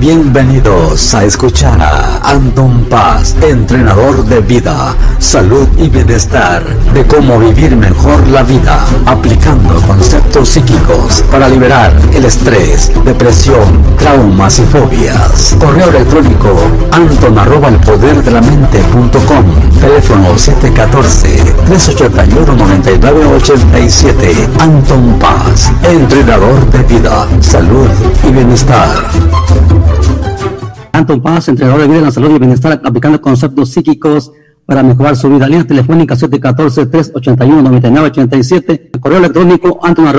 Bienvenidos a escuchar a Anton Paz, entrenador de vida, salud y bienestar, de cómo vivir mejor la vida, aplicando conceptos psíquicos para liberar el estrés, depresión, traumas y fobias. Correo electrónico anton@elpoderdelamente.com, teléfono 714-381-9987. Anton Paz, entrenador de vida, salud y bienestar. Anton Paz, entrenador de vida en la salud y bienestar, aplicando conceptos psíquicos para mejorar su vida. Línea telefónica 714-381-9987. Correo electrónico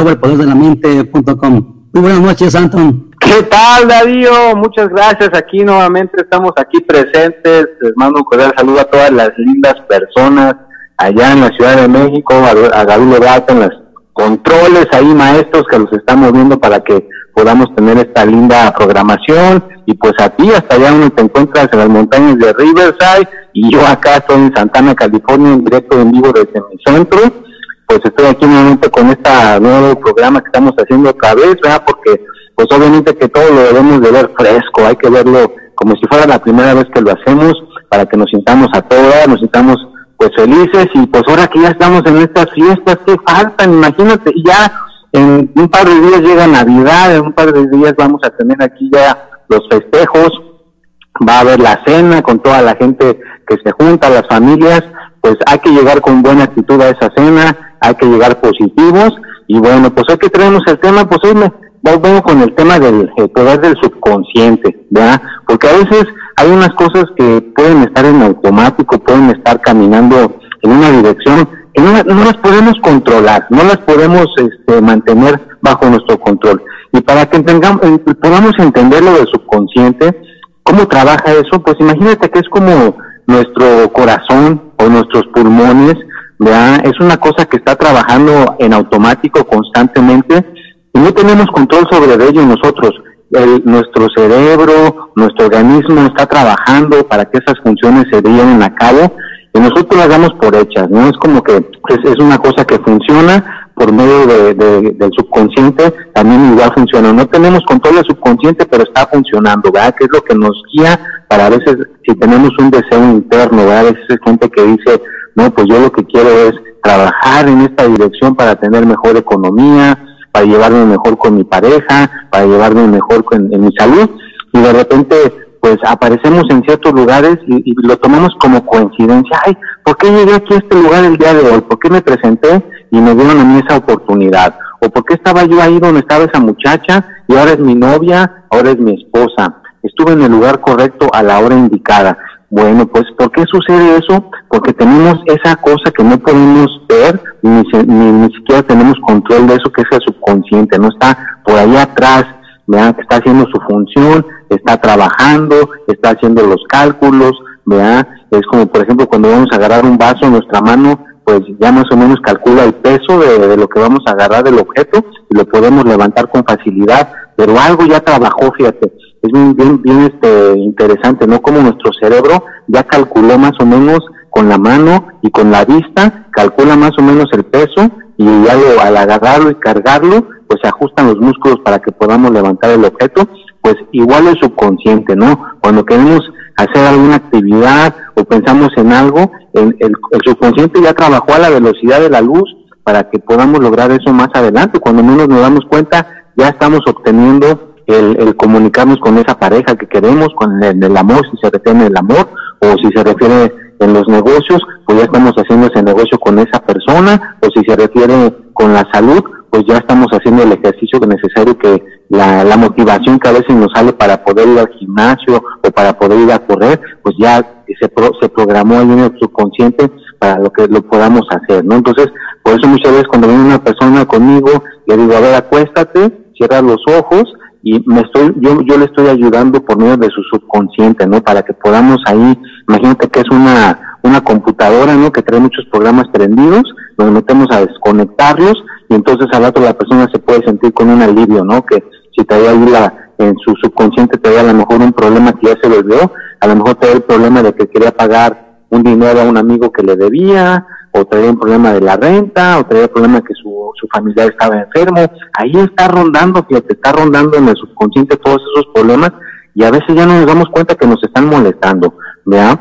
anton@elpoderdelamente.com. Muy buenas noches, Anton. ¿Qué tal, Darío? Muchas gracias. Aquí nuevamente estamos aquí presentes. Les mando un cordial saludo a todas las lindas personas allá en la Ciudad de México, a Gabriel Lebrata en los controles, ahí maestros que los están moviendo para que podamos tener esta linda programación, y pues a ti hasta allá donde te encuentras en las montañas de Riverside, y yo acá estoy en Santana, California, en directo en vivo desde mi centro. Pues estoy aquí nuevamente con este nuevo programa que estamos haciendo otra vez, ¿verdad? Porque pues obviamente que todo lo debemos de ver fresco, hay que verlo como si fuera la primera vez que lo hacemos, para que nos sintamos a todas, nos sintamos pues felices, y pues ahora que ya estamos en estas fiestas, ¿qué faltan? Imagínate, ya en un par de días llega Navidad, en un par de días vamos a tener aquí ya los festejos, va a haber la cena con toda la gente que se junta, las familias. Pues hay que llegar con buena actitud a esa cena, hay que llegar positivos, y bueno, pues hoy que traemos el tema, pues hoy vengo con el tema del poder del subconsciente, ¿verdad? Porque a veces hay unas cosas que pueden estar en automático, pueden estar caminando en una dirección que no las podemos controlar, no las podemos mantener bajo nuestro control. Y para que podamos entender lo del subconsciente, cómo trabaja eso, pues imagínate que es como nuestro corazón o nuestros pulmones, ¿verdad? Es una cosa que está trabajando en automático constantemente y no tenemos control sobre ello nosotros. Nuestro cerebro, nuestro organismo está trabajando para que esas funciones se lleven a cabo, y nosotros las damos por hechas, ¿no? Es como que es una cosa que funciona por medio del subconsciente, también igual funciona. No tenemos control del subconsciente, pero está funcionando, ¿verdad? Que es lo que nos guía para, a veces, si tenemos un deseo interno, ¿verdad? A veces hay gente que dice, no, pues yo lo que quiero es trabajar en esta dirección para tener mejor economía, para llevarme mejor con mi pareja, para llevarme mejor en mi salud, y de repente pues aparecemos en ciertos lugares y lo tomamos como coincidencia. Ay, ¿por qué llegué aquí a este lugar el día de hoy? ¿Por qué me presenté y me dieron a mí esa oportunidad? ¿O por qué estaba yo ahí donde estaba esa muchacha y ahora es mi novia, ahora es mi esposa? Estuve en el lugar correcto a la hora indicada. Bueno, pues ¿por qué sucede eso? Porque tenemos esa cosa que no podemos ver, ni siquiera tenemos control de eso, que es el subconsciente, no está por ahí atrás, ¿verdad? Que está haciendo su función, está trabajando, está haciendo los cálculos, ¿verdad? Es como, por ejemplo, cuando vamos a agarrar un vaso en nuestra mano, pues ya más o menos calcula el peso de lo que vamos a agarrar del objeto y lo podemos levantar con facilidad, pero algo ya trabajó, fíjate. Es bien interesante, ¿no? Como nuestro cerebro ya calculó más o menos con la mano y con la vista, calcula más o menos el peso, y ya al agarrarlo y cargarlo, pues se ajustan los músculos para que podamos levantar el objeto. Pues igual el subconsciente, ¿no? Cuando queremos hacer alguna actividad o pensamos en algo, el subconsciente ya trabajó a la velocidad de la luz para que podamos lograr eso más adelante. Cuando menos nos damos cuenta, ya estamos obteniendo el comunicarnos con esa pareja que queremos, con el amor, si se refiere en el amor, o si se refiere en los negocios, pues ya estamos haciendo ese negocio con esa persona, o si se refiere con la salud, pues ya estamos haciendo el ejercicio necesario, que la motivación que a veces nos sale para poder ir al gimnasio o para poder ir a correr, pues ya se programó ahí en el subconsciente para lo que lo podamos hacer, ¿no? Entonces, por eso muchas veces cuando viene una persona conmigo, le digo, a ver, acuéstate, cierra los ojos, y yo le estoy ayudando por medio de su subconsciente, ¿no? Para que podamos ahí, imagínate que es una computadora, ¿no? Que trae muchos programas prendidos, nos metemos a desconectarlos, y entonces al rato la persona se puede sentir con un alivio, ¿no? Que si traía ahí en su subconsciente traía a lo mejor un problema que ya se le olvidó, a lo mejor traía el problema de que quería pagar un dinero a un amigo que le debía, o traía un problema de la renta, o traía el problema de que su familiar estaba enfermo. Ahí está rondando, fíjate, está rondando en el subconsciente todos esos problemas y a veces ya no nos damos cuenta que nos están molestando, ¿verdad?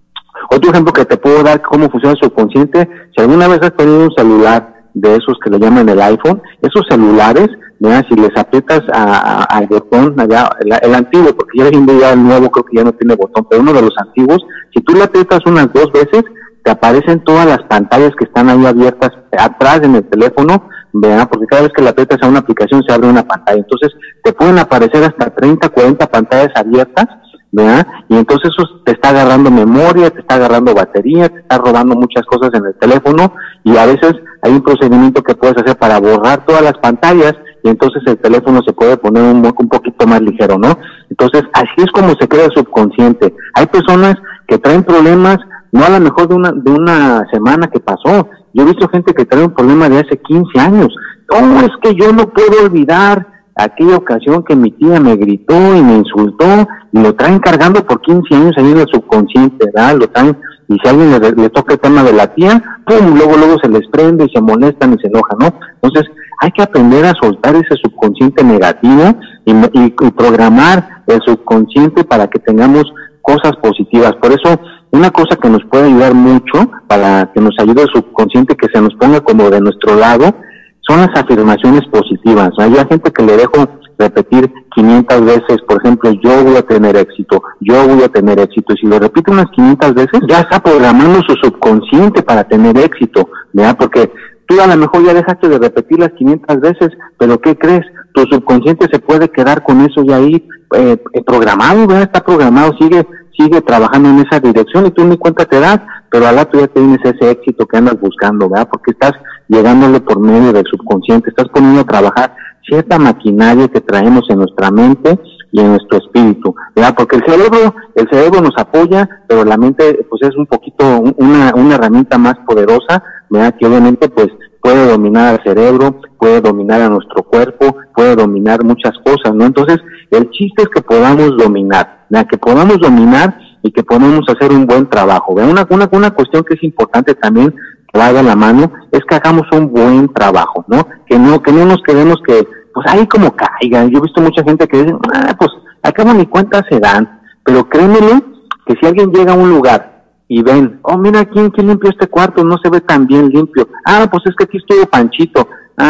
Otro ejemplo que te puedo dar cómo funciona el subconsciente, si alguna vez has tenido un celular de esos que le llaman el iPhone, esos celulares, mira, si les aprietas al botón allá, el antiguo, porque ya el nuevo creo que ya no tiene botón, pero uno de los antiguos, si tú le aprietas unas 2 veces, te aparecen todas las pantallas que están ahí abiertas atrás en el teléfono, ¿verdad? Porque cada vez que le aprietas a una aplicación se abre una pantalla, entonces te pueden aparecer hasta 30, 40 pantallas abiertas, ¿verdad? Y entonces eso te está agarrando memoria, te está agarrando batería, te está robando muchas cosas en el teléfono, y a veces hay un procedimiento que puedes hacer para borrar todas las pantallas, y entonces el teléfono se puede poner un poquito más ligero, ¿no? Entonces, así es como se crea el subconsciente. Hay personas que traen problemas, no a lo mejor de una semana que pasó. Yo he visto gente que trae un problema de hace 15 años. No, es que yo no puedo olvidar aquella ocasión que mi tía me gritó y me insultó, y lo traen cargando por 15 años ahí en el subconsciente, ¿verdad? Lo traen, y si a alguien le toca el tema de la tía, ¡pum!, luego se les prende y se molestan y se enojan, ¿no? Entonces, hay que aprender a soltar ese subconsciente negativo y programar el subconsciente para que tengamos cosas positivas. Por eso, una cosa que nos puede ayudar mucho para que nos ayude el subconsciente, que se nos ponga como de nuestro lado, son las afirmaciones positivas. Hay gente que le dejo repetir 500 veces, por ejemplo, yo voy a tener éxito, yo voy a tener éxito, y si lo repite unas 500 veces, ya está programando su subconsciente para tener éxito, ¿verdad? Porque tú a lo mejor ya dejaste de repetir las 500 veces, pero ¿qué crees? Tu subconsciente se puede quedar con eso ya ahí programado, ¿verdad? Está programado, sigue trabajando en esa dirección y tú ni cuenta te das, pero al rato ya tienes ese éxito que andas buscando, ¿verdad? Porque estás llegándole por medio del subconsciente, estás poniendo a trabajar cierta maquinaria que traemos en nuestra mente y en nuestro espíritu, ¿verdad? Porque el cerebro nos apoya, pero la mente pues es un poquito una herramienta más poderosa, ¿verdad? Que obviamente pues puede dominar al cerebro, puede dominar a nuestro cuerpo, puede dominar muchas cosas, ¿no? Entonces, el chiste es que podamos dominar, ¿verdad? Que podamos dominar y que podamos hacer un buen trabajo, ¿verdad? Una cuestión que es importante también que va de la mano es que hagamos un buen trabajo, ¿no? Que no nos quedemos que pues ahí como caigan. Yo he visto mucha gente que dice, pues acá ni cuenta se dan, pero créemelo que si alguien llega a un lugar y ven, oh, mira, ¿quién limpió este cuarto? No se ve tan bien limpio. Pues es que aquí estuvo Panchito.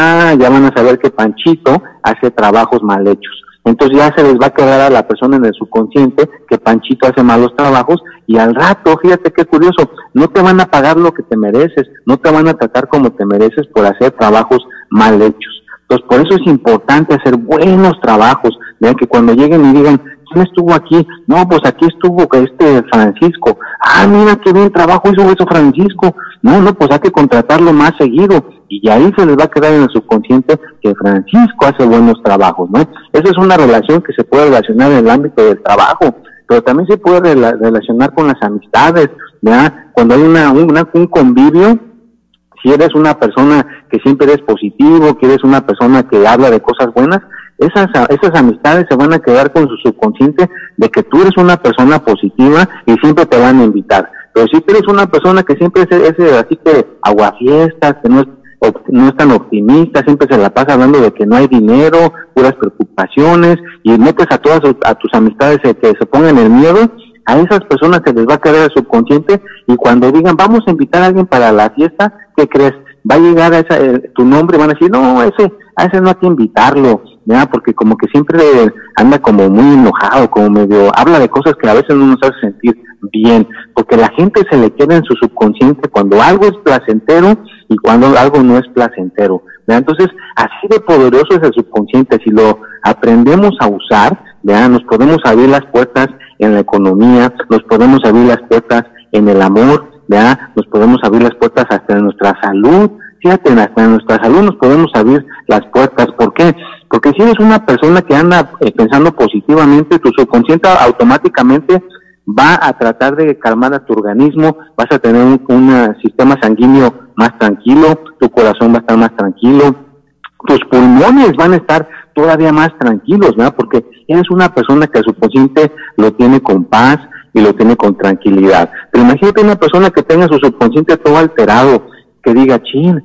Ya van a saber que Panchito hace trabajos mal hechos. Entonces ya se les va a quedar a la persona en el subconsciente que Panchito hace malos trabajos, y al rato, fíjate qué curioso, no te van a pagar lo que te mereces, no te van a tratar como te mereces por hacer trabajos mal hechos. Entonces, por eso es importante hacer buenos trabajos. Vean que cuando lleguen y digan, ¿quién estuvo aquí? No, pues aquí estuvo Francisco. Mira qué bien trabajo hizo eso Francisco. No, pues hay que contratarlo más seguido. Y ahí se les va a quedar en el subconsciente que Francisco hace buenos trabajos, ¿no? Esa es una relación que se puede relacionar en el ámbito del trabajo, pero también se puede relacionar con las amistades, ¿verdad? Cuando hay un convivio, si eres una persona que siempre eres positivo, que eres una persona que habla de cosas buenas, esas amistades se van a quedar con su subconsciente de que tú eres una persona positiva y siempre te van a invitar. Pero si tú eres una persona que siempre es así que aguafiestas, que no es tan optimista, siempre se la pasa hablando de que no hay dinero, puras preocupaciones, y metes a todas a tus amistades que se pongan el miedo, a esas personas se les va a quedar el subconsciente, y cuando digan, vamos a invitar a alguien para la fiesta, ¿qué crees? Va a llegar a tu nombre, van a decir, no, a ese no hay que invitarlo, ¿ya? Porque como que siempre anda como muy enojado, como medio, habla de cosas que a veces no nos hace sentir bien, porque la gente se le queda en su subconsciente cuando algo es placentero y cuando algo no es placentero, ¿ya? Entonces, así de poderoso es el subconsciente. Si lo aprendemos a usar, ¿ya? Nos podemos abrir las puertas en la economía, nos podemos abrir las puertas en el amor, ¿ya? Nos podemos abrir las puertas hasta en nuestra salud. Fíjate, hasta en nuestra salud nos podemos abrir las puertas. ¿Por qué? Porque si eres una persona que anda pensando positivamente, tu subconsciente automáticamente va a tratar de calmar a tu organismo, vas a tener un sistema sanguíneo más tranquilo, tu corazón va a estar más tranquilo, tus pulmones van a estar todavía más tranquilos, ¿verdad? Porque eres una persona que el subconsciente lo tiene con paz y lo tiene con tranquilidad. Pero imagínate una persona que tenga su subconsciente todo alterado, que diga, chin,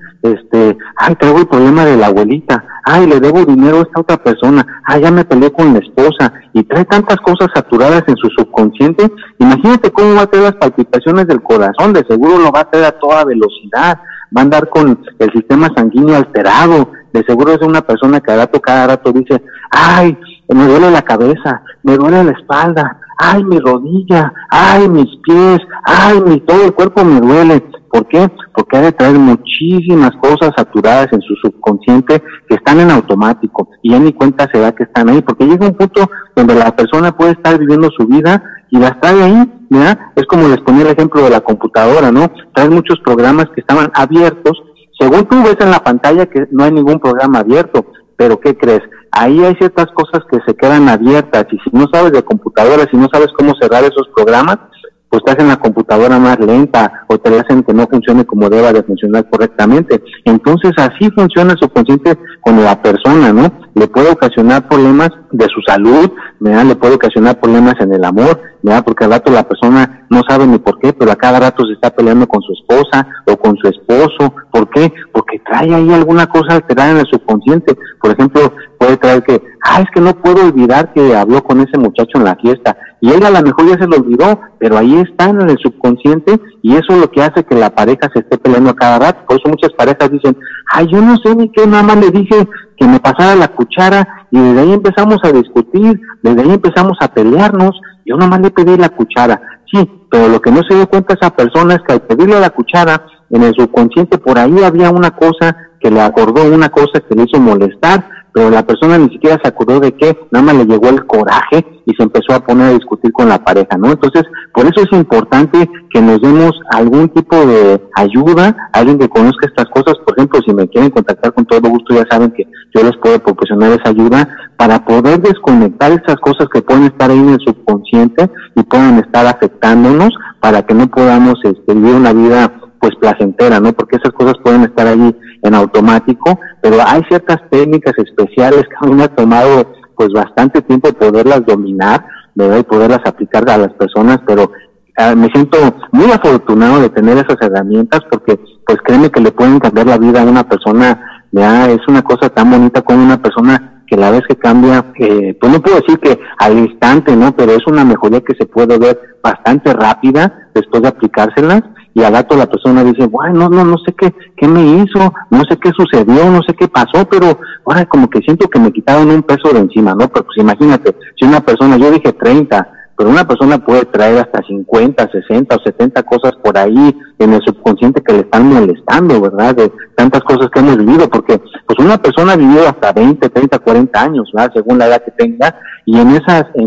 ay, traigo el problema de la abuelita, ay, le debo dinero a esta otra persona, ay, ya me peleé con la esposa, y trae tantas cosas saturadas en su subconsciente. Imagínate cómo va a tener las palpitaciones del corazón, de seguro lo va a tener a toda velocidad, va a andar con el sistema sanguíneo alterado, de seguro es una persona que cada rato dice, ay, me duele la cabeza, me duele la espalda, ay, mi rodilla, ay, mis pies, ay, todo el cuerpo me duele. ¿Por qué? Porque ha de traer muchísimas cosas saturadas en su subconsciente que están en automático y ya ni cuenta se da que están ahí, porque llega un punto donde la persona puede estar viviendo su vida y las trae ahí, ¿verdad? Es como les ponía el ejemplo de la computadora, ¿no? Trae muchos programas que estaban abiertos, según tú ves en la pantalla que no hay ningún programa abierto, pero ¿qué crees? Ahí hay ciertas cosas que se quedan abiertas y si no sabes de computadora, si no sabes cómo cerrar esos programas, pues te hacen la computadora más lenta o te hacen que no funcione como deba de funcionar correctamente. Entonces así funciona el subconsciente con la persona, ¿no? Le puede ocasionar problemas de su salud, ¿verdad? Le puede ocasionar problemas en el amor, ¿verdad? Porque al rato la persona no sabe ni por qué, pero a cada rato se está peleando con su esposa o con su esposo. ¿Por qué? Porque trae ahí alguna cosa alterada en el subconsciente. Por ejemplo, puede traer que, es que no puedo olvidar que habló con ese muchacho en la fiesta. Y él a lo mejor ya se lo olvidó, pero ahí está en el subconsciente y eso es lo que hace que la pareja se esté peleando a cada rato. Por eso muchas parejas dicen, yo no sé ni qué, nada más le dije que me pasara la cuchara y desde ahí empezamos a discutir, desde ahí empezamos a pelearnos, yo nada más le pedí la cuchara. Sí, pero lo que no se dio cuenta esa persona es que al pedirle la cuchara, en el subconsciente por ahí había una cosa que le acordó, una cosa que le hizo molestar, pero la persona ni siquiera se acordó de qué, nada más le llegó el coraje y se empezó a poner a discutir con la pareja, ¿no? Entonces, por eso es importante que nos demos algún tipo de ayuda, alguien que conozca estas cosas. Por ejemplo, si me quieren contactar con todo gusto, ya saben que yo les puedo proporcionar esa ayuda para poder desconectar estas cosas que pueden estar ahí en el subconsciente y puedan estar afectándonos para que no podamos vivir una vida pues placentera, ¿no? Porque esas cosas pueden estar allí en automático, pero hay ciertas técnicas especiales que a mí me ha tomado pues bastante tiempo poderlas dominar, ¿verdad? Y poderlas aplicar a las personas, pero me siento muy afortunado de tener esas herramientas porque pues créeme que le pueden cambiar la vida a una persona, ¿verdad? Es una cosa tan bonita como una persona que la vez que cambia, pues no puedo decir que al instante, ¿no? Pero es una mejoría que se puede ver bastante rápida después de aplicárselas. Y al rato la persona dice, bueno, no sé qué me hizo, no sé qué sucedió, no sé qué pasó, pero ahora como que siento que me quitaron un peso de encima, ¿no? Pero pues imagínate, si una persona, yo dije 30, pero una persona puede traer hasta 50, 60 o 70 cosas por ahí en el subconsciente que le están molestando, ¿verdad? De tantas cosas que hemos vivido, porque pues una persona ha vivido hasta 20, 30, 40 años, ¿verdad? Según la edad que tenga, y en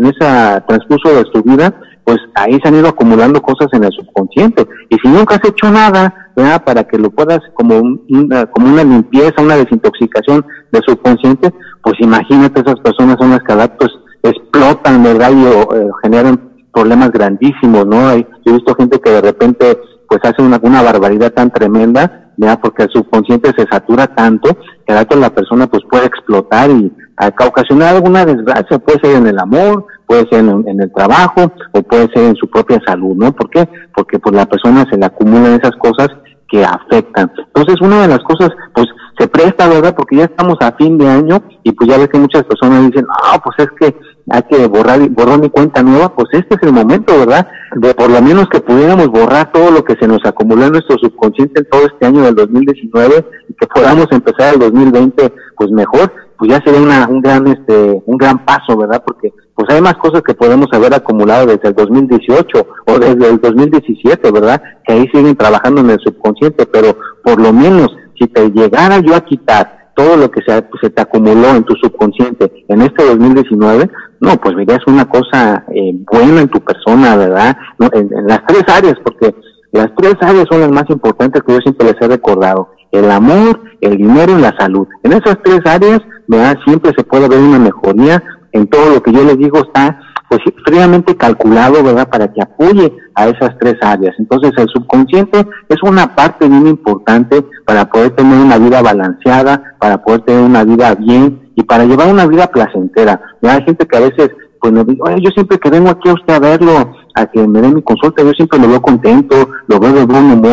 esa transcurso de su vida, pues ahí se han ido acumulando cosas en el subconsciente. Y si nunca has hecho nada, ¿verdad? Para que lo puedas, como una limpieza, una desintoxicación del subconsciente, pues imagínate, esas personas son las que pues explotan, ¿verdad? Y generan problemas grandísimos, ¿no? Yo he visto gente que de repente pues hace una barbaridad tan tremenda, ¿verdad? Porque el subconsciente se satura tanto que a rato la persona pues puede explotar y ocasionar alguna desgracia, puede ser en el amor, puede ser en el trabajo o puede ser en su propia salud, ¿no? ¿Por qué? Porque pues la persona se le acumulan esas cosas que afectan. Entonces una de las cosas pues se presta, ¿verdad? Porque ya estamos a fin de año y pues ya ves que muchas personas dicen, pues es que hay que borrar mi cuenta nueva. Pues este es el momento, ¿verdad? De por lo menos que pudiéramos borrar todo lo que se nos acumuló en nuestro subconsciente en todo este año del 2019 y que podamos empezar el 2020 pues mejor, pues ya sería un gran paso, ¿verdad? Porque pues hay más cosas que podemos haber acumulado desde el 2018 o desde el 2017, ¿verdad? Que ahí siguen trabajando en el subconsciente, pero por lo menos si te llegara yo a quitar todo lo que se te acumuló en tu subconsciente en este 2019, no, pues verías una cosa buena en tu persona, ¿verdad? No, en las tres áreas, porque las tres áreas son las más importantes que yo siempre les he recordado: el amor, el dinero y la salud. En esas tres áreas, ¿verdad? Siempre se puede ver una mejoría. En todo lo que yo les digo está pues fríamente calculado, ¿verdad? Para que apoye a esas tres áreas. Entonces el subconsciente es una parte bien importante para poder tener una vida balanceada, para poder tener una vida bien y para llevar una vida placentera. ¿Verdad? Hay gente que a veces pues me dice, oye, yo siempre que vengo aquí a usted a verlo, a que me dé mi consulta, yo siempre lo veo contento, lo veo de buen humor.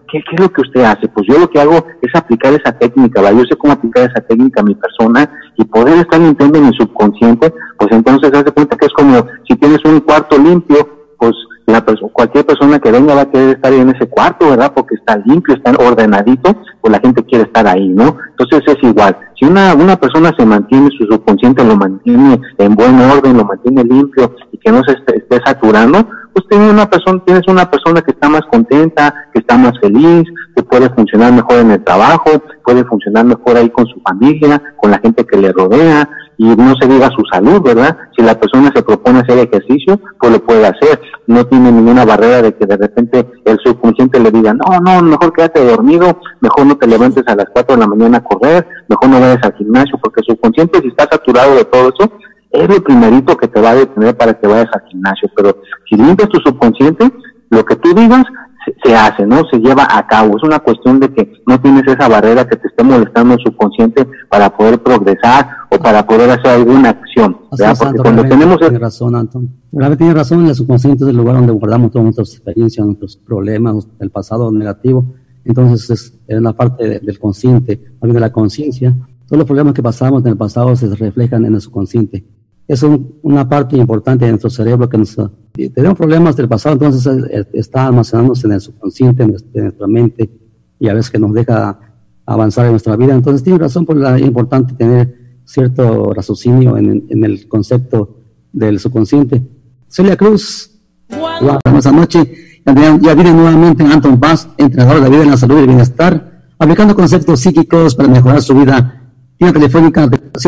¿qué es lo que usted hace? Pues yo lo que hago es aplicar esa técnica, ¿verdad? Yo sé cómo aplicar esa técnica a mi persona y poder estar limpiando en mi subconsciente, pues entonces haz de cuenta que es como si tienes un cuarto limpio, pues cualquier persona que venga va a querer estar en ese cuarto, ¿verdad? Porque está limpio, está ordenadito, pues la gente quiere estar ahí, ¿no? Entonces es igual. Si una persona se mantiene, su subconsciente lo mantiene en buen orden, lo mantiene limpio y que no se esté saturando, pues tienes una persona que está más contenta, que está más feliz, que puede funcionar mejor en el trabajo, puede funcionar mejor ahí con su familia, con la gente que le rodea, y no se diga su salud, ¿verdad? Si la persona se propone hacer ejercicio, pues lo puede hacer. No tiene ninguna barrera de que de repente el subconsciente le diga, no, mejor quédate dormido, mejor no te levantes a las 4 de la mañana a correr, mejor no vayas al gimnasio, porque el subconsciente, si está saturado de todo eso, es lo primerito que te va a detener para que vayas al gimnasio. Pero si limpias tu subconsciente, lo que tú digas se hace, ¿no? Se lleva a cabo. Es una cuestión de que no tienes esa barrera que te esté molestando el subconsciente para poder progresar o para poder hacer alguna acción, ¿verdad? Porque Santo, cuando tenemos... Tiene razón, Antón. Realmente tiene razón, el subconsciente es el lugar donde guardamos todas nuestras experiencias, nuestros problemas, el pasado negativo. Entonces es la parte del consciente, también de la conciencia. Todos los problemas que pasamos en el pasado se reflejan en el subconsciente. Es una parte importante de nuestro cerebro que tenemos problemas del pasado, entonces está almacenándose en el subconsciente, en nuestra mente, y a veces que nos deja avanzar en nuestra vida. Entonces tiene razón, por es importante tener cierto raciocinio en el concepto del subconsciente. Celia Cruz, buenas noches. Ya viene nuevamente Anton Paz, entrenador de vida en la salud y el bienestar, aplicando conceptos psíquicos para mejorar su vida. Línea telefónica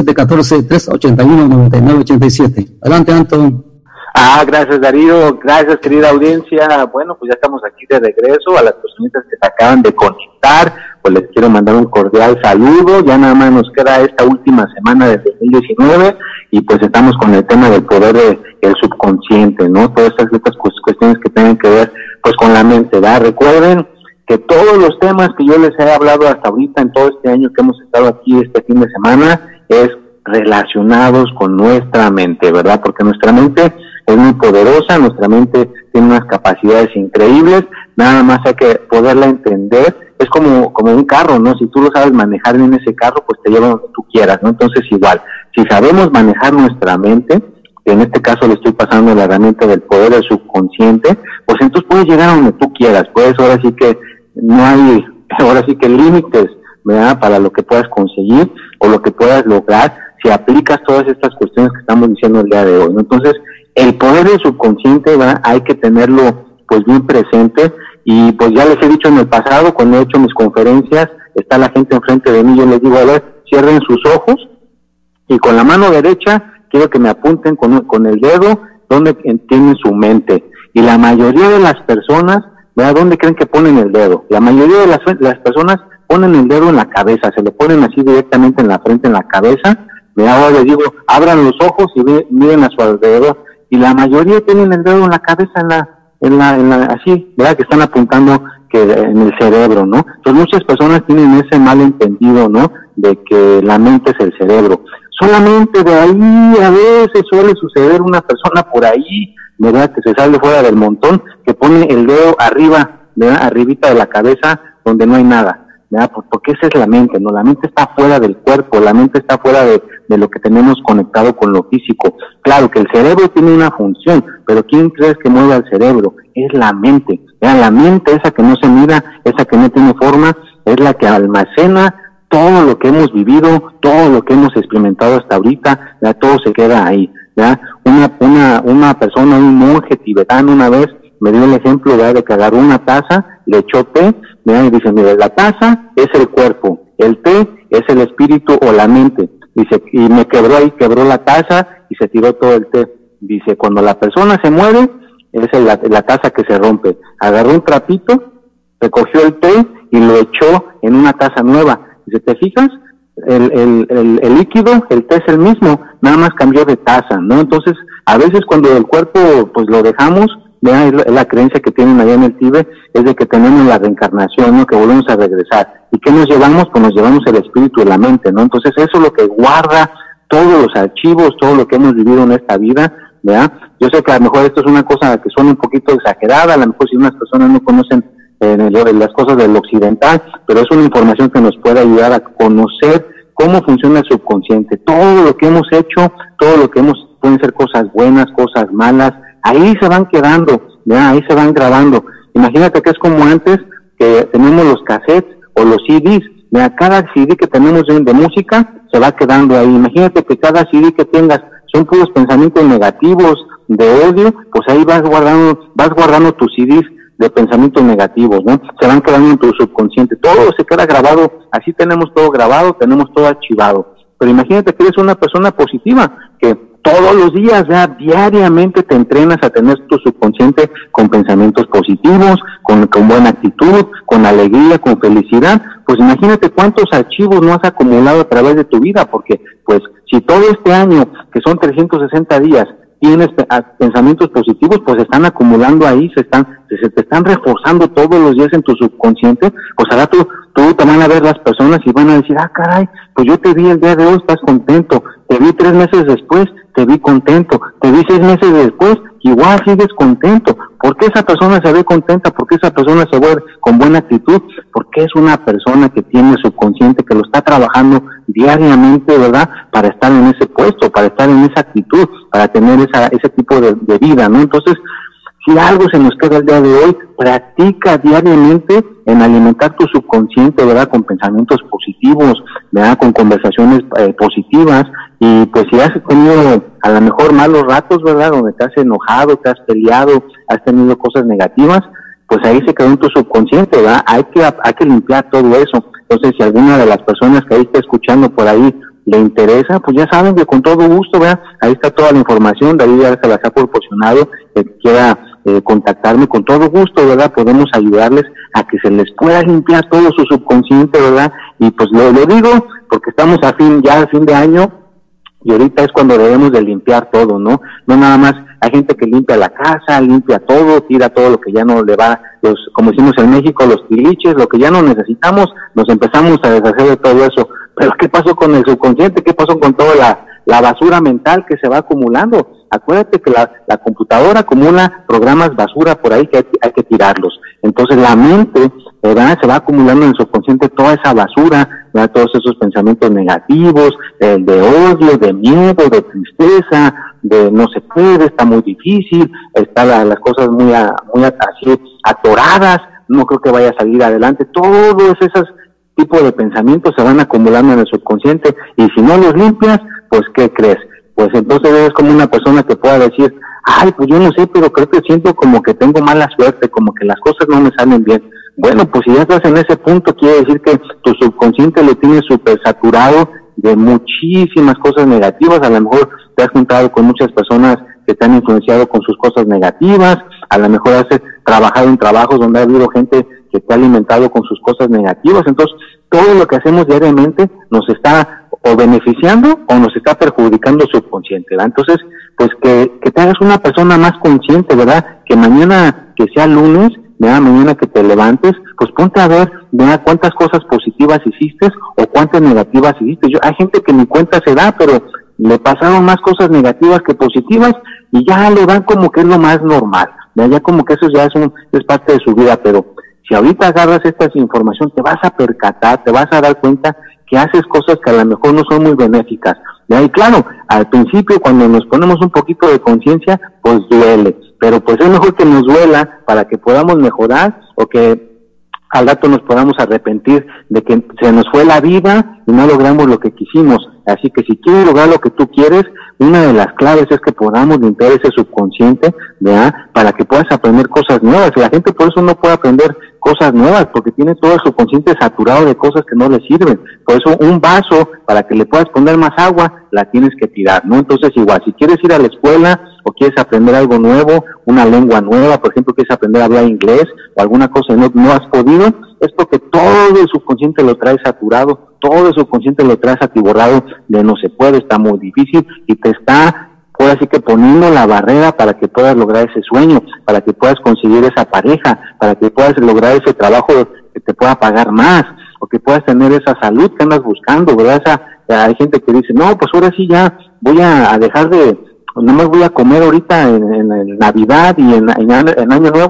714-381-9987. Adelante, Anton. Gracias, Darío. Gracias, querida audiencia. Bueno, pues ya estamos aquí de regreso. A las personitas que se acaban de conectar, pues les quiero mandar un cordial saludo. Ya nada más nos queda esta última semana del 2019 y pues estamos con el tema del poder del subconsciente, ¿no? Todas estas cuestiones que tienen que ver pues con la mente, ¿verdad? Recuerden que todos los temas que yo les he hablado hasta ahorita en todo este año que hemos estado aquí este fin de semana es relacionados con nuestra mente, ¿verdad? Porque nuestra mente es muy poderosa, nuestra mente tiene unas capacidades increíbles, nada más hay que poderla entender. Es como un carro, ¿no? Si tú lo sabes manejar en ese carro, pues te lleva donde tú quieras, ¿no? Entonces igual, si sabemos manejar nuestra mente, que en este caso le estoy pasando la herramienta del poder del subconsciente, pues entonces puedes llegar a donde tú quieras, puedes ahora sí que no hay, ahora sí que límites, ¿verdad? Para lo que puedas conseguir o lo que puedas lograr si aplicas todas estas cuestiones que estamos diciendo el día de hoy, ¿no? Entonces, el poder del subconsciente, ¿verdad? Hay que tenerlo pues bien presente y pues ya les he dicho en el pasado, cuando he hecho mis conferencias, está la gente enfrente de mí, yo les digo, a ver, cierren sus ojos y con la mano derecha quiero que me apunten con el dedo donde tienen su mente. Y la mayoría de las personas, ¿verdad? ¿Dónde creen que ponen el dedo? La mayoría de las personas ponen el dedo en la cabeza, se lo ponen así directamente en la frente, en la cabeza. Ahora les digo, abran los ojos y miren a su alrededor. Y la mayoría tienen el dedo en la cabeza, así, ¿verdad? Que están apuntando que en el cerebro, ¿no? Entonces muchas personas tienen ese malentendido, ¿no? De que la mente es el cerebro. Solamente de ahí a veces suele suceder una persona por ahí, ¿verdad? Que se sale fuera del montón, que pone el dedo arriba, ¿verdad? Arribita de la cabeza, donde no hay nada, ¿verdad? Porque esa es la mente, ¿no? La mente está fuera del cuerpo, la mente está fuera de lo que tenemos conectado con lo físico. Claro que el cerebro tiene una función, pero ¿quién crees que mueve al cerebro? Es la mente, ¿verdad? La mente, esa que no se mira, esa que no tiene forma, es la que almacena todo lo que hemos vivido, todo lo que hemos experimentado hasta ahorita, ¿verdad? Todo se queda ahí, ¿verdad? Una persona, un monje tibetano una vez me dio el ejemplo, ¿verdad? De que agarró una taza, le echó té, ¿verdad? Y dice, mire, la taza es el cuerpo, el té es el espíritu o la mente. Dice, y me quebró la taza y se tiró todo el té. Dice, cuando la persona se muere, es la taza que se rompe. Agarró un trapito, recogió el té y lo echó en una taza nueva. Dice, ¿te fijas? El líquido, el té es el mismo, nada más cambió de taza, ¿no? Entonces, a veces cuando el cuerpo, pues lo dejamos, ¿verdad? Es la creencia que tienen allá en el Tíbet, es de que tenemos la reencarnación, ¿no? Que volvemos a regresar. ¿Y qué nos llevamos? Pues nos llevamos el espíritu y la mente, ¿no? Entonces, eso es lo que guarda todos los archivos, todo lo que hemos vivido en esta vida, ¿verdad? Yo sé que a lo mejor esto es una cosa que suena un poquito exagerada, a lo mejor si unas personas no conocen en las cosas del occidental, pero es una información que nos puede ayudar a conocer cómo funciona el subconsciente. Todo lo que hemos hecho, todo lo que pueden ser cosas buenas, cosas malas, ahí se van quedando, ¿ya? Ahí se van grabando. Imagínate que es como antes, que tenemos los cassettes o los CDs, ¿ya? Cada CD que tenemos de música se va quedando ahí. Imagínate que cada CD que tengas son puros pensamientos negativos, de odio, pues ahí vas guardando tus CDs de pensamientos negativos, ¿no? Se van quedando en tu subconsciente, todo se queda grabado, así tenemos todo grabado, tenemos todo archivado. Pero imagínate que eres una persona positiva, que todos los días, ya diariamente te entrenas a tener tu subconsciente con pensamientos positivos, con buena actitud, con alegría, con felicidad. Pues imagínate cuántos archivos no has acumulado a través de tu vida, porque pues si todo este año, que son 360 días, tienes pensamientos positivos, pues se están acumulando ahí, se te están reforzando todos los días en tu subconsciente. Pues ahora tú te van a ver las personas y van a decir, caray, pues yo te vi el día de hoy, estás contento, te vi 3 meses después, te vi contento, te vi 6 meses después, igual sigues contento. ¿Por qué esa persona se ve contenta? ¿Por qué esa persona se ve con buena actitud? Porque es una persona que tiene subconsciente, que lo está trabajando diariamente, ¿verdad? Para estar en ese puesto, para estar en esa actitud, para tener ese tipo de vida, ¿no? Entonces, si algo se nos queda el día de hoy, practica diariamente en alimentar tu subconsciente, ¿verdad? Con pensamientos positivos, ¿verdad? Con conversaciones positivas. Y pues si has tenido a lo mejor malos ratos, ¿verdad? Donde te has enojado, te has peleado, has tenido cosas negativas, pues ahí se quedó en tu subconsciente, ¿verdad? Hay que limpiar todo eso. Entonces, si alguna de las personas que ahí está escuchando por ahí le interesa, pues ya saben que con todo gusto, ¿verdad? Ahí está toda la información, de ahí ya se las ha proporcionado, el que quiera contactarme con todo gusto, ¿verdad? Podemos ayudarles a que se les pueda limpiar todo su subconsciente, ¿verdad? Y pues lo digo porque estamos a fin de año y ahorita es cuando debemos de limpiar todo, ¿no? No nada más, hay gente que limpia la casa, limpia todo, tira todo lo que ya no le va, como decimos en México, los tiliches, lo que ya no necesitamos, nos empezamos a deshacer de todo eso. Pero ¿qué pasó con el subconsciente? ¿Qué pasó con toda la basura mental que se va acumulando? Acuérdate que la computadora acumula programas basura por ahí que hay que tirarlos. Entonces la mente, ¿verdad? Se va acumulando en el subconsciente toda esa basura, ¿verdad? Todos esos pensamientos negativos, de odio, de miedo, de tristeza, de no se puede, está muy difícil, está las cosas muy así atoradas, no creo que vaya a salir adelante. Todos esos tipos de pensamientos se van acumulando en el subconsciente y si no los limpias, pues ¿qué crees? Pues entonces eres como una persona que pueda decir, ay, pues yo no sé, pero creo que siento como que tengo mala suerte, como que las cosas no me salen bien. Bueno, pues si ya estás en ese punto, quiere decir que tu subconsciente lo tienes súper saturado de muchísimas cosas negativas. A lo mejor te has juntado con muchas personas que te han influenciado con sus cosas negativas, a lo mejor has trabajado en trabajos donde ha habido gente que te ha alimentado con sus cosas negativas. Entonces, todo lo que hacemos diariamente nos está o beneficiando o nos está perjudicando el subconsciente, ¿verdad? Entonces, pues que te hagas una persona más consciente, ¿verdad? Que mañana, que sea lunes, ¿verdad? Mañana que te levantes, pues ponte a ver, ¿verdad? Cuántas cosas positivas hiciste o cuántas negativas hiciste. Hay gente que ni cuenta se da, pero le pasaron más cosas negativas que positivas y ya lo dan como que es lo más normal, ¿verdad? Ya como que eso ya es parte de su vida, pero si ahorita agarras esta información, te vas a percatar, te vas a dar cuenta que haces cosas que a lo mejor no son muy benéficas, ¿verdad? Y claro, al principio cuando nos ponemos un poquito de conciencia, pues duele, pero pues es mejor que nos duela para que podamos mejorar o que al rato nos podamos arrepentir de que se nos fue la vida y no logramos lo que quisimos. Así que si quieres lograr lo que tú quieres, una de las claves es que podamos limpiar ese subconsciente, ¿verdad? Para que puedas aprender cosas nuevas. La gente por eso no puede aprender cosas nuevas, porque tiene todo el subconsciente saturado de cosas que no le sirven. Por eso un vaso, para que le puedas poner más agua, la tienes que tirar, ¿no? Entonces igual, si quieres ir a la escuela o quieres aprender algo nuevo, una lengua nueva, por ejemplo, quieres aprender a hablar inglés o alguna cosa no has podido, es porque todo el subconsciente lo trae saturado, todo el subconsciente lo traes atiborrado de no se puede, está muy difícil y te está, ahora sí que poniendo la barrera para que puedas lograr ese sueño, para que puedas conseguir esa pareja, para que puedas lograr ese trabajo que te pueda pagar más o que puedas tener esa salud que andas buscando, ¿verdad? Hay gente que dice, no, pues ahora sí ya voy a dejar de, no me voy a comer ahorita en Navidad y en Año Nuevo,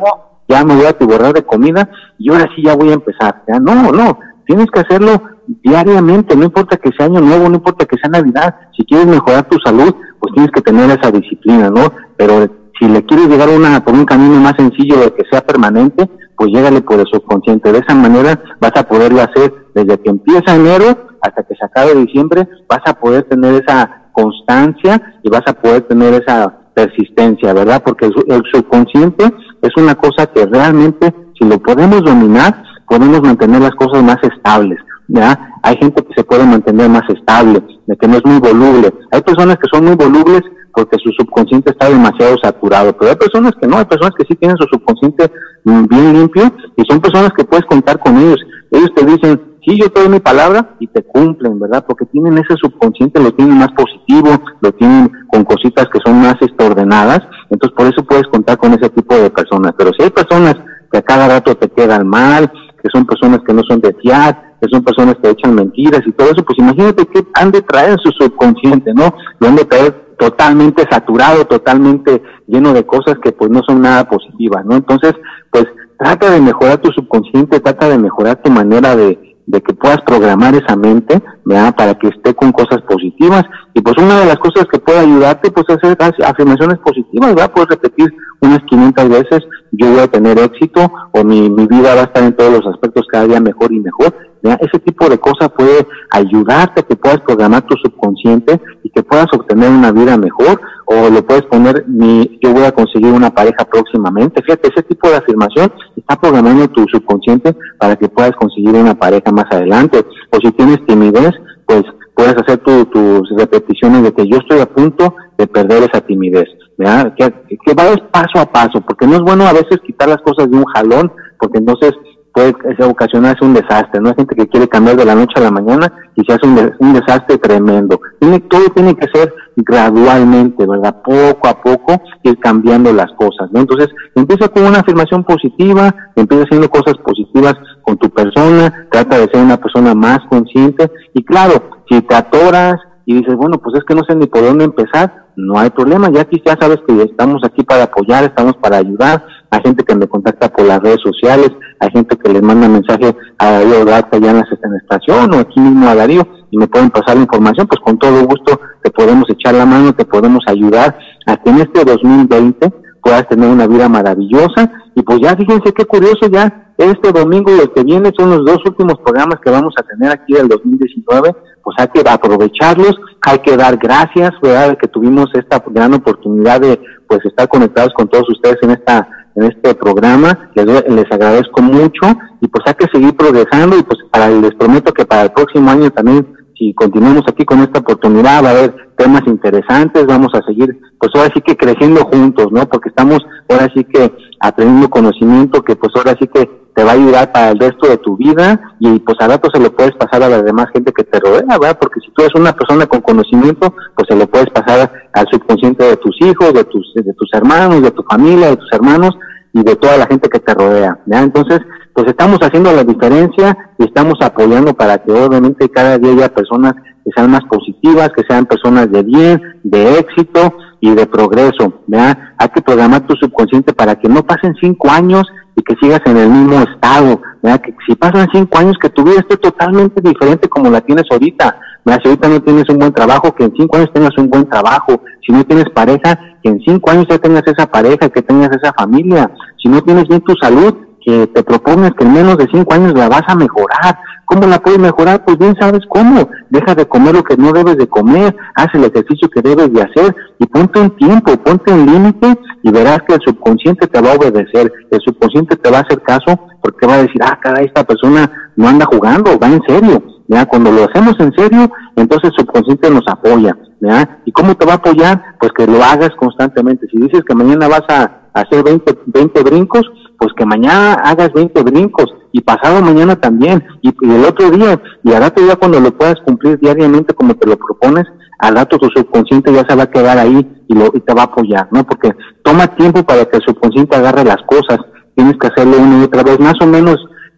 ya me voy a atiborrar de comida y ahora sí ya voy a empezar. ¿Ya? No, tienes que hacerlo diariamente, no importa que sea Año Nuevo, no importa que sea Navidad. Si quieres mejorar tu salud, pues tienes que tener esa disciplina, ¿no? Pero si le quieres llegar por un camino más sencillo de que sea permanente, pues llégale por el subconsciente. De esa manera vas a poderlo hacer desde que empieza enero hasta que se acabe diciembre. Vas a poder tener esa constancia y vas a poder tener esa persistencia, ¿verdad? Porque el subconsciente es una cosa que realmente, si lo podemos dominar, podemos mantener las cosas más estables, ¿verdad? Hay gente que se puede mantener más estable, de que no es muy voluble. Hay personas que son muy volubles porque su subconsciente está demasiado saturado, pero hay personas que no, hay personas que sí tienen su subconsciente bien limpio y son personas que puedes contar con ellos. Ellos te dicen, sí, yo te doy mi palabra y te cumplen, ¿verdad? Porque tienen ese subconsciente, lo tienen más positivo, lo tienen con cositas que son más ordenadas, entonces por eso puedes contar con ese tipo de personas. Pero si hay personas que a cada rato te quedan mal, que son personas que no son de fiar, que son personas que echan mentiras y todo eso, pues imagínate que han de traer en su subconsciente, ¿no? Lo han de traer totalmente saturado, totalmente lleno de cosas que pues no son nada positivas, ¿no? Entonces, pues trata de mejorar tu subconsciente, trata de mejorar tu manera de que puedas programar esa mente, ¿verdad? Para que esté con cosas positivas. Y pues una de las cosas que puede ayudarte, pues es hacer afirmaciones positivas, ¿verdad? Puedes repetir unas 500 veces, yo voy a tener éxito, o mi vida va a estar en todos los aspectos cada día mejor y mejor, ¿verdad? Ese tipo de cosas puede ayudarte a que puedas programar tu subconsciente y que puedas obtener una vida mejor, o le puedes poner, yo voy a conseguir una pareja próximamente. Fíjate, ese tipo de afirmación está programando tu subconsciente para que puedas conseguir una pareja más adelante. O si tienes timidez, pues puedes hacer tus repeticiones de que yo estoy a punto de perder esa timidez, ¿verdad? Que vayas paso a paso, porque no es bueno a veces quitar las cosas de un jalón, porque entonces puede ocasionarse un desastre, ¿no? Hay gente que quiere cambiar de la noche a la mañana y se hace un desastre tremendo. Todo tiene que ser gradualmente, ¿verdad? Poco a poco ir cambiando las cosas, ¿no? Entonces, empieza con una afirmación positiva, empieza haciendo cosas positivas con tu persona, trata de ser una persona más consciente y claro, si te atoras y dices, bueno, pues es que no sé ni por dónde empezar, no hay problema, ya aquí ya sabes que estamos aquí para apoyar, estamos para ayudar. Hay gente que me contacta por las redes sociales, hay gente que les manda mensaje a Darío Duarte allá en la estación o aquí mismo a Darío y me pueden pasar la información, pues con todo gusto te podemos echar la mano, te podemos ayudar a que en este 2020 puedas tener una vida maravillosa. Y pues ya fíjense qué curioso, ya este domingo y el que viene son los 2 últimos programas que vamos a tener aquí del 2019, pues hay que aprovecharlos, hay que dar gracias, ¿verdad?, de que tuvimos esta gran oportunidad de pues estar conectados con todos ustedes en este programa. Les agradezco mucho y pues hay que seguir progresando y pues les prometo que para el próximo año también, si continuamos aquí con esta oportunidad, va a haber temas interesantes, vamos a seguir, pues ahora sí que creciendo juntos, ¿no? Porque estamos ahora sí que aprendiendo conocimiento que pues ahora sí que te va a ayudar para el resto de tu vida y pues a rato se lo puedes pasar a la demás gente que te rodea, ¿verdad? Porque si tú eres una persona con conocimiento, pues se lo puedes pasar al subconsciente de tus hijos, de tus hermanos, de tu familia, de tus hermanos y de toda la gente que te rodea, ¿ya? Entonces, pues estamos haciendo la diferencia y estamos apoyando para que obviamente cada día haya personas que sean más positivas, que sean personas de bien, de éxito y de progreso, ¿verdad? Hay que programar tu subconsciente para que no pasen 5 años y que sigas en el mismo estado, ¿verdad? Que si pasan 5 años que tu vida esté totalmente diferente como la tienes ahorita, ¿verdad? Si ahorita no tienes un buen trabajo, que en 5 años tengas un buen trabajo. Si no tienes pareja, que en 5 años ya tengas esa pareja, que tengas esa familia. Si no tienes bien tu salud, que te propongas que en menos de 5 años la vas a mejorar. ¿Cómo la puedes mejorar? Pues bien sabes cómo. Deja de comer lo que no debes de comer, haz el ejercicio que debes de hacer y ponte un tiempo, ponte un límite y verás que el subconsciente te va a obedecer. El subconsciente te va a hacer caso porque va a decir, caray, esta persona no anda jugando, va en serio. ¿Ya? Cuando lo hacemos en serio, entonces el subconsciente nos apoya, ¿ya? ¿Y cómo te va a apoyar? Pues que lo hagas constantemente. Si dices que mañana vas a hacer 20 brincos, pues que mañana hagas 20 brincos y pasado mañana también y el otro día y al rato ya cuando lo puedas cumplir diariamente como te lo propones, al rato tu subconsciente ya se va a quedar ahí y te va a apoyar, ¿no? Porque toma tiempo para que el subconsciente agarre las cosas, tienes que hacerlo una y otra vez, más o menos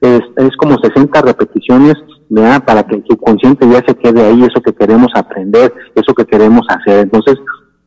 es como 60 repeticiones, ¿verdad? Para que el subconsciente ya se quede ahí, eso que queremos aprender, eso que queremos hacer. Entonces,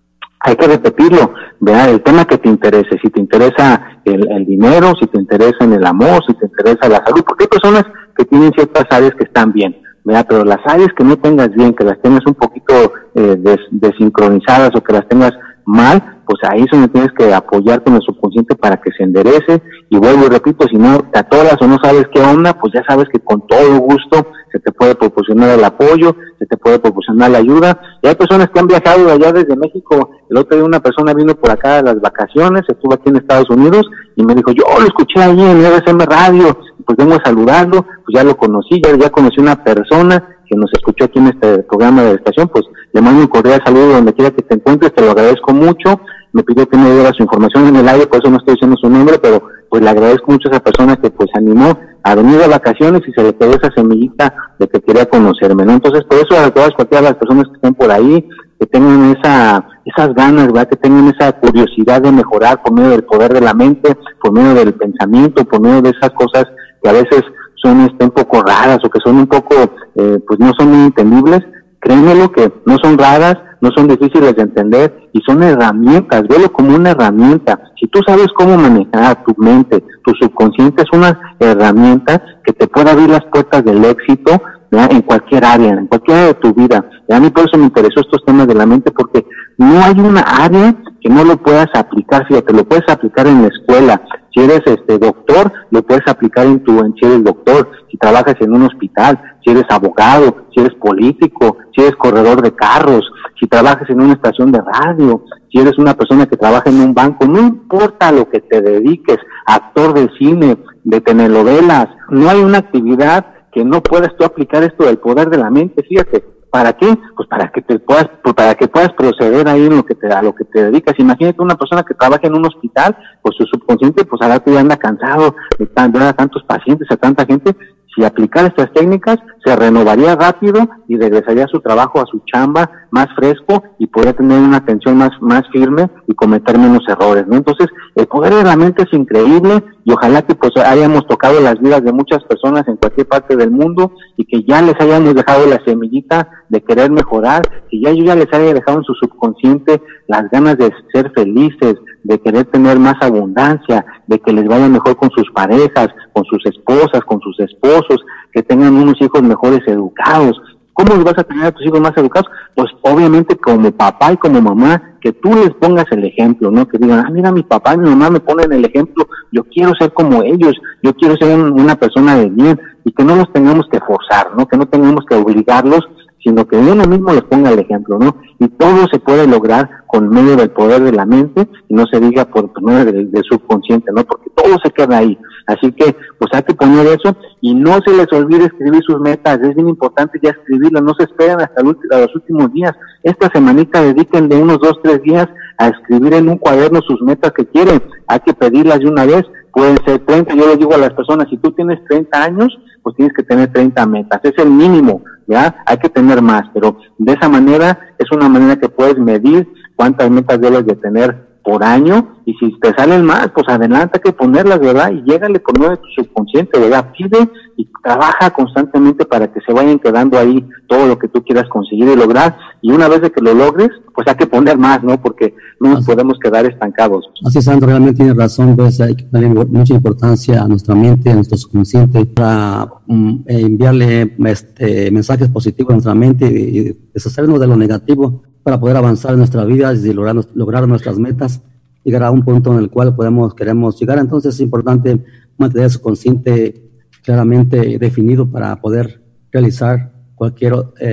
hay que repetirlo, ¿verdad? El tema que te interese, si te interesa el dinero, si te interesa en el amor, si te interesa la salud, porque hay personas que tienen ciertas áreas que están bien, ¿verdad? Pero las áreas que no tengas bien, que las tengas un poquito desincronizadas o que las tengas mal, pues ahí es donde tienes que apoyar con el subconsciente para que se enderece. Y vuelvo y repito, si no te atoras o no sabes qué onda, pues ya sabes que con todo gusto se te puede proporcionar el apoyo, se te puede proporcionar la ayuda. Y hay personas que han viajado de allá desde México. El otro día una persona vino por acá a las vacaciones, estuvo aquí en Estados Unidos y me dijo, yo lo escuché ahí en RCM Radio, pues vengo a saludarlo, pues ya lo conocí, ya conocí una persona que nos escuchó aquí en este programa de la estación, pues le mando un cordial saludo donde quiera que te encuentres, te lo agradezco mucho. Me pidió que me diera su información en el aire, por eso no estoy diciendo su nombre, pero pues le agradezco mucho a esa persona que pues animó a venir de vacaciones y se le quedó esa semillita de que quería conocerme, ¿no? Entonces, por eso a todas cualquiera de las personas que estén por ahí, que tengan esas ganas, ¿verdad? Que tengan esa curiosidad de mejorar por medio del poder de la mente, por medio del pensamiento, por medio de esas cosas que a veces son un poco raras o que son un poco, pues no son muy entendibles. Créemelo que no son raras, no son difíciles de entender y son herramientas, velo como una herramienta. Si tú sabes cómo manejar tu mente, tu subconsciente es una herramienta que te puede abrir las puertas del éxito, ¿verdad? En cualquier área de tu vida. Y a mí por eso me interesó estos temas de la mente, porque no hay una área que no lo puedas aplicar. Fíjate, lo puedes aplicar en la escuela. Si eres doctor, lo puedes aplicar si eres doctor, si trabajas en un hospital, si eres abogado, si eres político, si eres corredor de carros, si trabajas en una estación de radio, si eres una persona que trabaja en un banco, no importa lo que te dediques, actor de cine, de telenovelas, no hay una actividad que no puedas tú aplicar esto del poder de la mente. Fíjate, ¿para qué? Pues para que puedas proceder ahí en a lo que te dedicas. Imagínate una persona que trabaja en un hospital, pues su subconsciente pues ahora ya anda cansado de ver a tantos pacientes, a tanta gente. Si aplicara estas técnicas, se renovaría rápido y regresaría a su trabajo, a su chamba, más fresco y podría tener una atención más firme y cometer menos errores, ¿no? Entonces, el poder de la mente es increíble y ojalá que pues hayamos tocado las vidas de muchas personas en cualquier parte del mundo y que ya les hayamos dejado la semillita de querer mejorar, que yo ya les haya dejado en su subconsciente las ganas de ser felices, de querer tener más abundancia, de que les vaya mejor con sus parejas, con sus esposas, con sus esposos, que tengan unos hijos mejores educados. ¿Cómo los vas a tener a tus hijos más educados? Pues obviamente como papá y como mamá, que tú les pongas el ejemplo, ¿no? Que digan, mira, mi papá y mi mamá me ponen el ejemplo, yo quiero ser como ellos, yo quiero ser una persona de bien, y que no los tengamos que forzar, ¿no? Que no tengamos que obligarlos, sino que uno mismo les ponga el ejemplo, ¿no? Y todo se puede lograr con medio del poder de la mente, y no se diga por medio del subconsciente, ¿no? Porque todo se queda ahí. Así que, pues hay que poner eso, y no se les olvide escribir sus metas. Es bien importante ya escribirlas, no se esperen hasta los últimos días. Esta semanita dediquen de unos 2, 3 días a escribir en un cuaderno sus metas que quieren. Hay que pedirlas de una vez, pueden ser 30, yo les digo a las personas, si tú tienes 30 años, pues tienes que tener 30 metas, es el mínimo, ¿ya? Hay que tener más, pero de esa manera, es una manera que puedes medir cuántas metas debes de tener por año, y si te salen más, pues adelante, hay que ponerlas, ¿verdad? Y llégale por medio de tu subconsciente, ¿verdad? Pide y trabaja constantemente para que se vayan quedando ahí todo lo que tú quieras conseguir y lograr, y una vez de que lo logres, pues hay que poner más, ¿no? Porque no nos podemos quedar estancados. Así es, Sandro, realmente tienes razón, pues hay que darle mucha importancia a nuestra mente, a nuestro subconsciente, para enviarle mensajes positivos a nuestra mente y deshacernos de lo negativo para poder avanzar en nuestra vida y lograr nuestras metas, llegar a un punto en el cual queremos llegar. Entonces es importante mantener el subconsciente claramente definido para poder realizar cualquier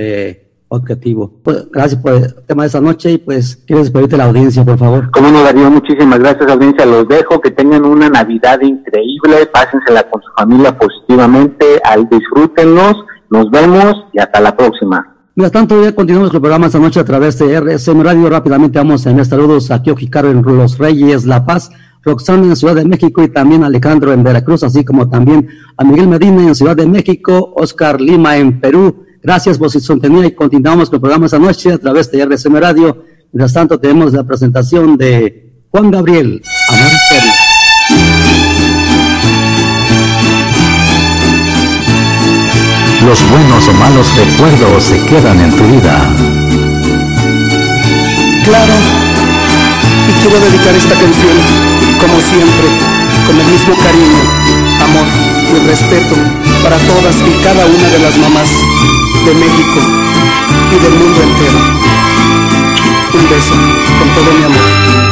objetivo. Pues, gracias por el tema de esta noche y pues ¿quieres despedirte de la audiencia, por favor? Cómo no, Darío, muchísimas gracias, audiencia. Los dejo, que tengan una Navidad increíble, pásensela con su familia positivamente, disfrútenlos, nos vemos y hasta la próxima. Mientras tanto, ya continuamos con el programa esta noche a través de RCM Radio. Rápidamente vamos a enviar saludos a Kio Hikaru en Los Reyes, La Paz, Roxana en Ciudad de México y también a Alejandro en Veracruz, así como también a Miguel Medina en Ciudad de México, Oscar Lima en Perú. Gracias por su sintonía y continuamos con el programa esta noche a través de RCM Radio. Mientras tanto, tenemos la presentación de Juan Gabriel, Amor Serio. Los buenos o malos recuerdos se quedan en tu vida. Claro, quiero dedicar esta canción, como siempre, con el mismo cariño, amor y respeto para todas y cada una de las mamás de México y del mundo entero. Un beso con todo mi amor.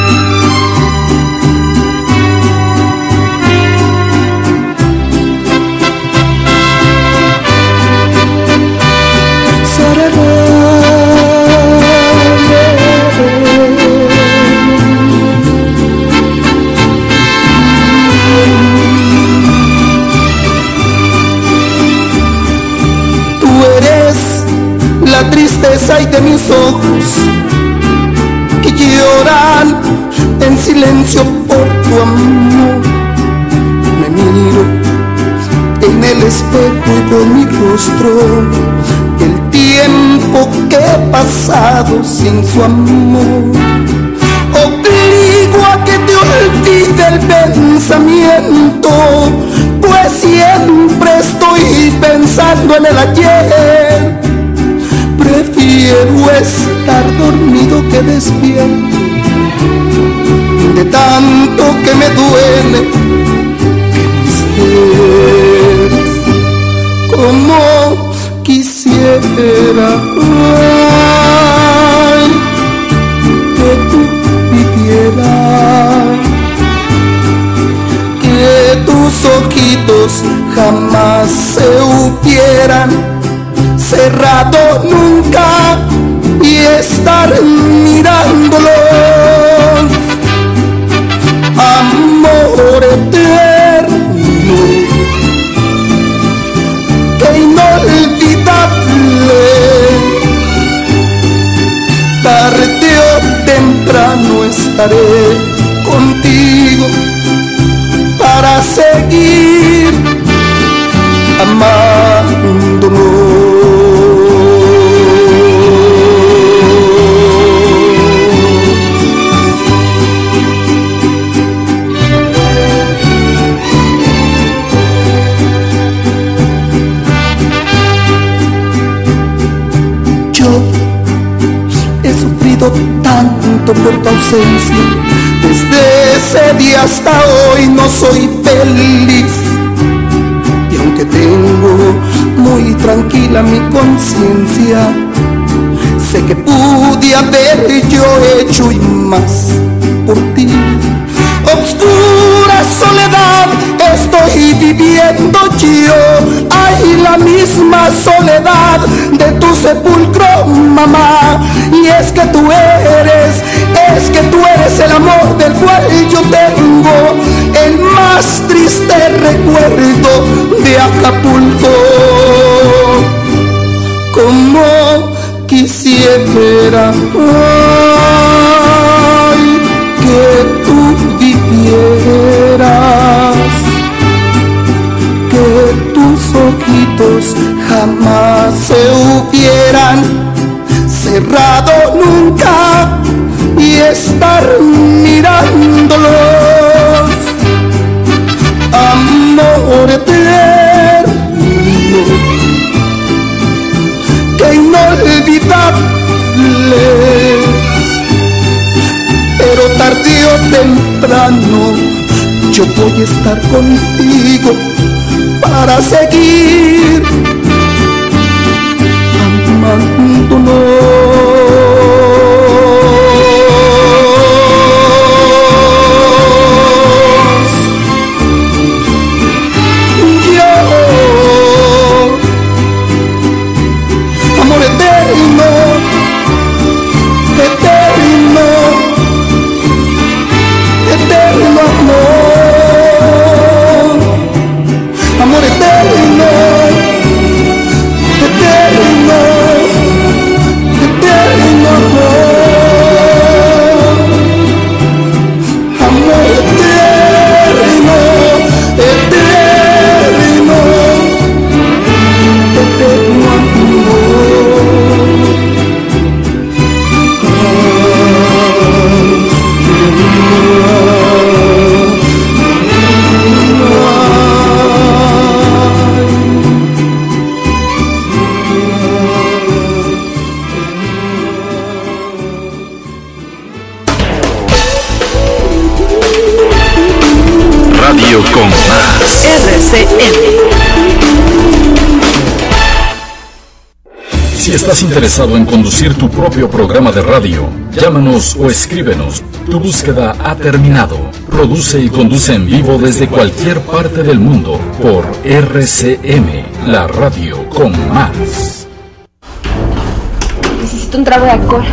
La tristeza y de mis ojos que lloran en silencio por tu amor. Me miro en el espejo y veo mi rostro, el tiempo que he pasado sin su amor. Obligo a que te olvide el pensamiento, pues siempre estoy pensando en el ayer. Prefiero estar dormido que despierto, de tanto que me duele que me estés. Como quisiera, ay, que tú vivieras, que tus ojitos jamás se hubieran cerrado nunca y estar mirándolo. Amor eterno, que inolvidable, tarde o temprano estaré contigo para seguir amándonos. Tanto por tu ausencia, desde ese día hasta hoy no soy feliz. Y aunque tengo muy tranquila mi conciencia, sé que pude haber yo hecho y más por ti. Obscura soledad estoy viviendo yo, ay, la misma soledad de tu sepulcro, mamá. Y es que tú eres el amor del cual yo tengo el más triste recuerdo de Acapulco. Como quisiera, ay, que tú vivieras, que tus ojitos jamás se hubieran cerrado nunca y estar mirándolos. Amor eterno, que inolvidable, pero tarde o temprano yo voy a estar contigo para seguir amándonos. RCM. Si estás interesado en conducir tu propio programa de radio, llámanos o escríbenos. Tu búsqueda ha terminado. Produce y conduce en vivo desde cualquier parte del mundo por RCM, la radio con más. Necesito un trago de alcohol.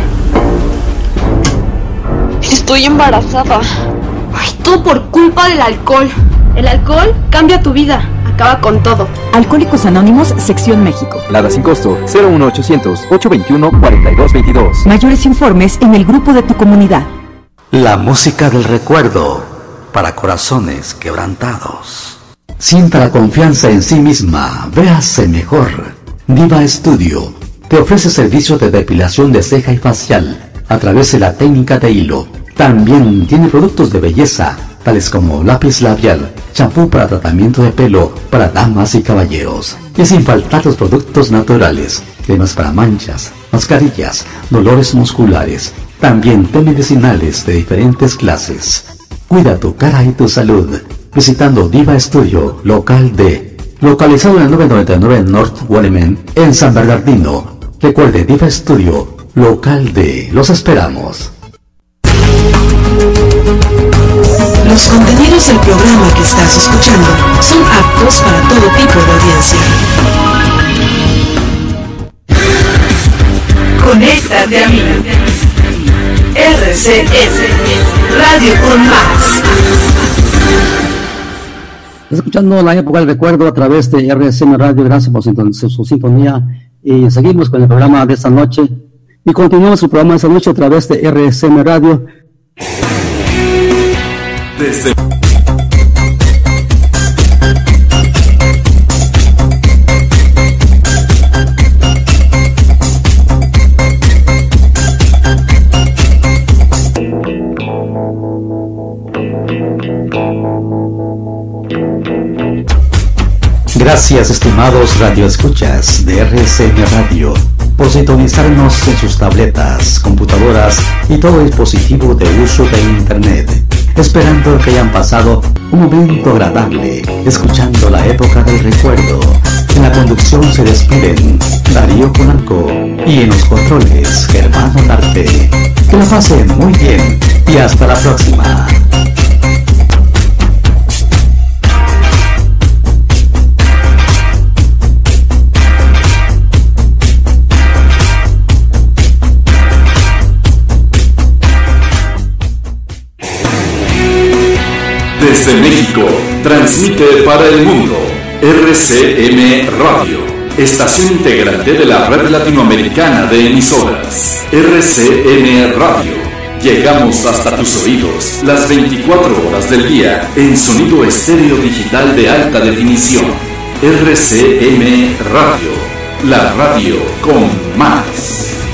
Estoy embarazada. Ay, todo por culpa del alcohol. El alcohol cambia tu vida. Acaba con todo. Alcohólicos Anónimos, Sección México. Lada sin costo, 01800-821-4222. Mayores informes en el grupo de tu comunidad. La música del recuerdo para corazones quebrantados. Sienta la confianza en sí misma, véase mejor. Diva Studio te ofrece servicios de depilación de ceja y facial a través de la técnica de hilo. También tiene productos de belleza, tales como lápiz labial, champú para tratamiento de pelo para damas y caballeros. Y sin faltar los productos naturales, cremas para manchas, mascarillas, dolores musculares, también té medicinales de diferentes clases. Cuida tu cara y tu salud visitando Diva Studio, local D, localizado en el 999 North Walleman, en San Bernardino. Recuerde, Diva Studio, local D. Los esperamos. Los contenidos del programa que estás escuchando son aptos para todo tipo de audiencia. Conéctate a mí. RCS, Radio con Más. Estás escuchando la época del recuerdo a través de RCM Radio. Gracias por su sintonía. Y seguimos con el programa de esta noche. Y continuamos el programa de esta noche a través de RCM Radio. Desde Gracias, estimados radioescuchas de RCM Radio, por sintonizarnos en sus tabletas, computadoras y todo dispositivo de uso de Internet. Esperando que hayan pasado un momento agradable, escuchando la época del recuerdo. En la conducción se despiden Darío Polanco y en los controles Germano Larte. Que la pasen muy bien y hasta la próxima. Desde México, transmite para el mundo RCM Radio, estación integrante de la red latinoamericana de emisoras. RCM Radio, llegamos hasta tus oídos las 24 horas del día en sonido estéreo digital de alta definición. RCM Radio, la radio con más.